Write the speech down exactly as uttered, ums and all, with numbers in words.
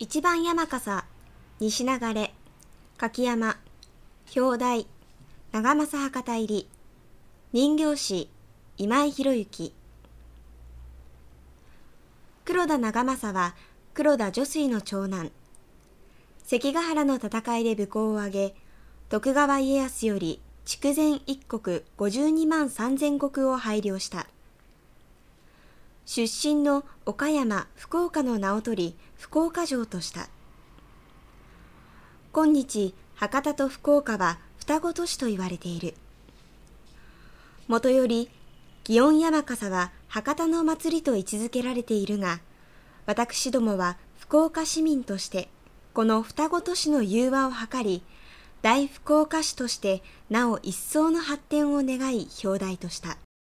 一番山笠、西流れ、柿山、表題、長政博多入り、人形師、今井博之。黒田長政は黒田如水の長男。関ヶ原の戦いで武功を挙げ、徳川家康より筑前一国ごじゅうにまんさんぜん石を拝領した。出身の岡山、福岡の名を取り、福岡城とした。今日、博多と福岡は双子都市と言われている。もとより、祇園山笠は博多の祭りと位置づけられているが、私どもは福岡市民として、この双子都市の融和を図り、大福岡市としてなお一層の発展を願い表題とした。